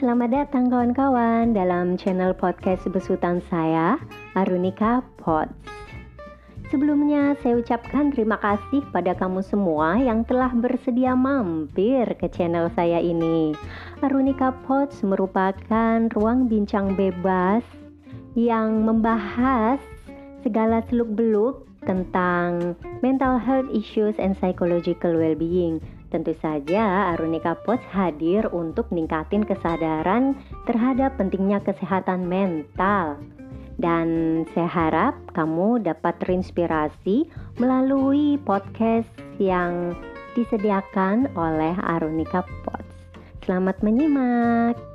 selamat datang kawan-kawan dalam channel podcast besutan saya, Arunika Pods. Sebelumnya saya ucapkan terima kasih pada kamu semua yang telah bersedia mampir ke channel saya ini. Arunika Pods merupakan ruang bincang bebas yang membahas segala seluk-beluk tentang mental health issues and psychological well-being. Tentu saja Arunika Pods hadir untuk meningkatin kesadaran terhadap pentingnya kesehatan mental. Dan saya harap kamu dapat terinspirasi melalui podcast yang disediakan oleh Arunika Pods. Selamat menyimak.